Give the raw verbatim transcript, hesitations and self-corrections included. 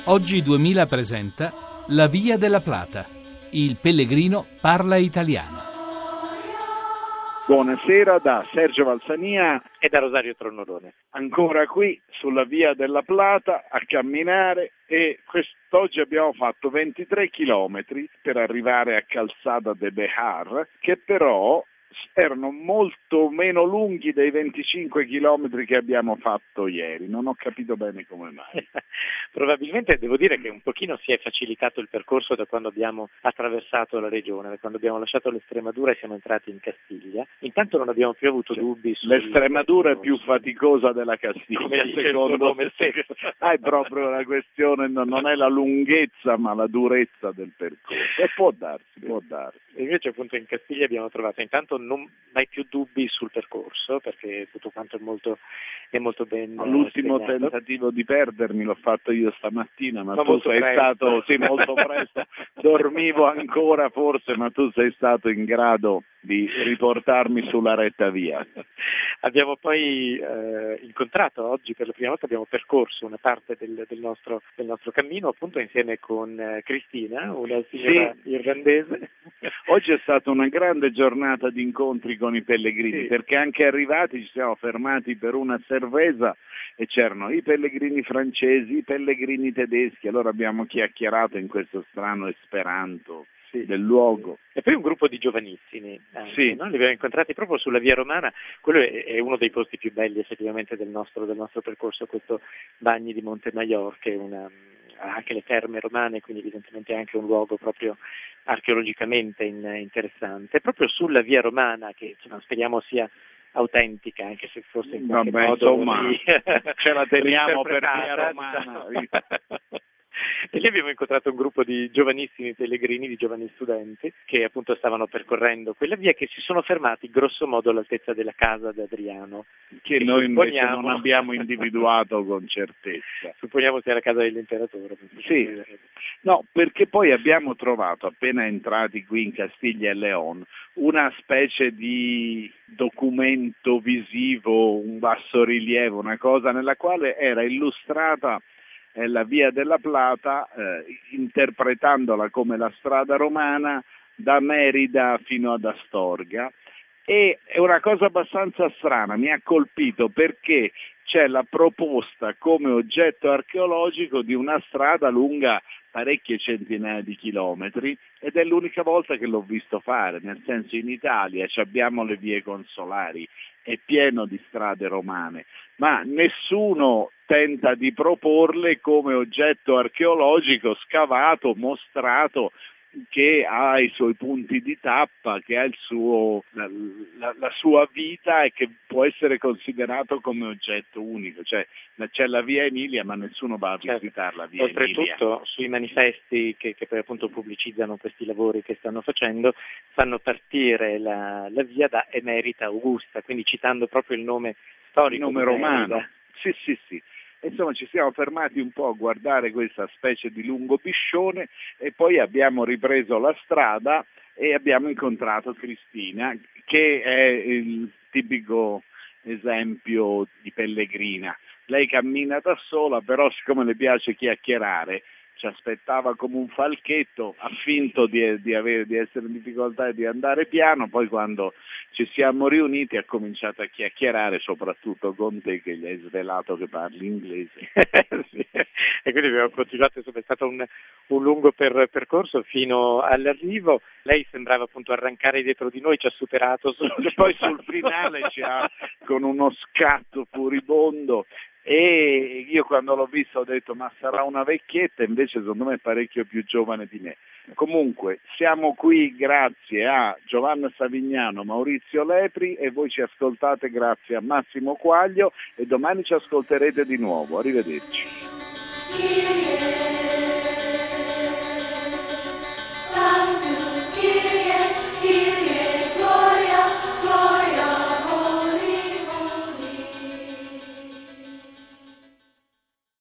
Oggi duemila presenta La Via della Plata. Il pellegrino parla italiano. Buonasera da Sergio Valsania e da Rosario Tronnolone. Ancora qui sulla Via della Plata a camminare, e quest'oggi abbiamo fatto ventitré chilometri per arrivare a Calzada de Bejar, che però erano molto meno lunghi dei venticinque chilometri che abbiamo fatto ieri. Non ho capito bene come mai. Probabilmente devo dire che un pochino si è facilitato il percorso da quando abbiamo attraversato la regione, da quando abbiamo lasciato l'Estremadura e siamo entrati in Castiglia. Intanto non abbiamo più avuto cioè, dubbi su l'Estremadura è più faticosa della Castiglia, come secondo me. Ah, è proprio la questione, non è la lunghezza ma la durezza del percorso. E può darsi, può darsi. E invece appunto in Castiglia abbiamo trovato intanto non mai più dubbi sul percorso, perché tutto quanto è molto, è molto ben L'ultimo spiegato. Tentativo di perdermi l'ho fatto io stamattina, ma, ma tu sei presto. stato sì, molto presto, dormivo ancora forse, ma tu sei stato in grado di riportarmi sulla retta via. Abbiamo poi eh, incontrato oggi per la prima volta, abbiamo percorso una parte del, del, nostro, del nostro cammino appunto insieme con eh, Cristina, una signora sì. irlandese. Oggi è stata una grande giornata di incontri con i pellegrini, sì. perché anche arrivati ci siamo fermati per una cerveza e c'erano i pellegrini francesi, i pellegrini tedeschi, allora abbiamo chiacchierato in questo strano esperanto sì. del luogo. E poi un gruppo di giovanissimi, anche, sì. no? Li abbiamo incontrati proprio sulla Via Romana. Quello è, è uno dei posti più belli effettivamente del nostro, del nostro percorso, questo Bagni di Montemaior, che è una, anche le terme romane, quindi evidentemente anche un luogo proprio archeologicamente in, interessante, proprio sulla Via Romana, che insomma, speriamo sia autentica, anche se forse in qualche Vabbè, modo insomma, ri... ce la teniamo per Via Romana. E lì abbiamo incontrato un gruppo di giovanissimi pellegrini, di giovani studenti, che appunto stavano percorrendo quella via, che si sono fermati grosso modo all'altezza della casa di Adriano. Che, che noi invece non abbiamo individuato con certezza. Supponiamo sia la casa dell'imperatore. Sì, no, perché poi abbiamo trovato, appena entrati qui in Castiglia e León, una specie di documento visivo, un bassorilievo, una cosa nella quale era illustrata la Via della Plata, eh, interpretandola come la strada romana da Merida fino ad Astorga, e è una cosa abbastanza strana, mi ha colpito perché c'è la proposta come oggetto archeologico di una strada lunga parecchie centinaia di chilometri, ed è l'unica volta che l'ho visto fare, nel senso in Italia abbiamo le vie consolari, è pieno di strade romane, ma nessuno tenta di proporle come oggetto archeologico scavato, mostrato, che ha i suoi punti di tappa, che ha il suo, la, la, la sua vita e che può essere considerato come oggetto unico. Cioè c'è la via Emilia, ma nessuno va a visitare la via Oltretutto, Emilia. Oltretutto sui manifesti che, che poi appunto pubblicizzano questi lavori che stanno facendo, fanno partire la, la via da Emerita Augusta, quindi citando proprio il nome storico. Il nome romano. Sì, sì, sì. Insomma, ci siamo fermati un po' a guardare questa specie di lungo piscione e poi abbiamo ripreso la strada e abbiamo incontrato Cristina, che è il tipico esempio di pellegrina. Lei cammina da sola, però siccome le piace chiacchierare, ci aspettava come un falchetto, ha finto di, di, avere, di essere in difficoltà e di andare piano, poi quando ci siamo riuniti ha cominciato a chiacchierare, soprattutto con te che gli hai svelato che parli inglese. Sì. E quindi abbiamo continuato, insomma, è stato un, un lungo per, percorso fino all'arrivo. Lei sembrava appunto arrancare dietro di noi, ci ha superato sul... poi sul finale ci ha con uno scatto furibondo. E io quando l'ho visto ho detto ma sarà una vecchietta, invece secondo me è parecchio più giovane di me. Comunque siamo qui grazie a Giovanna Savignano, Maurizio Lepri, e voi ci ascoltate grazie a Massimo Quaglio, e domani ci ascolterete di nuovo. Arrivederci.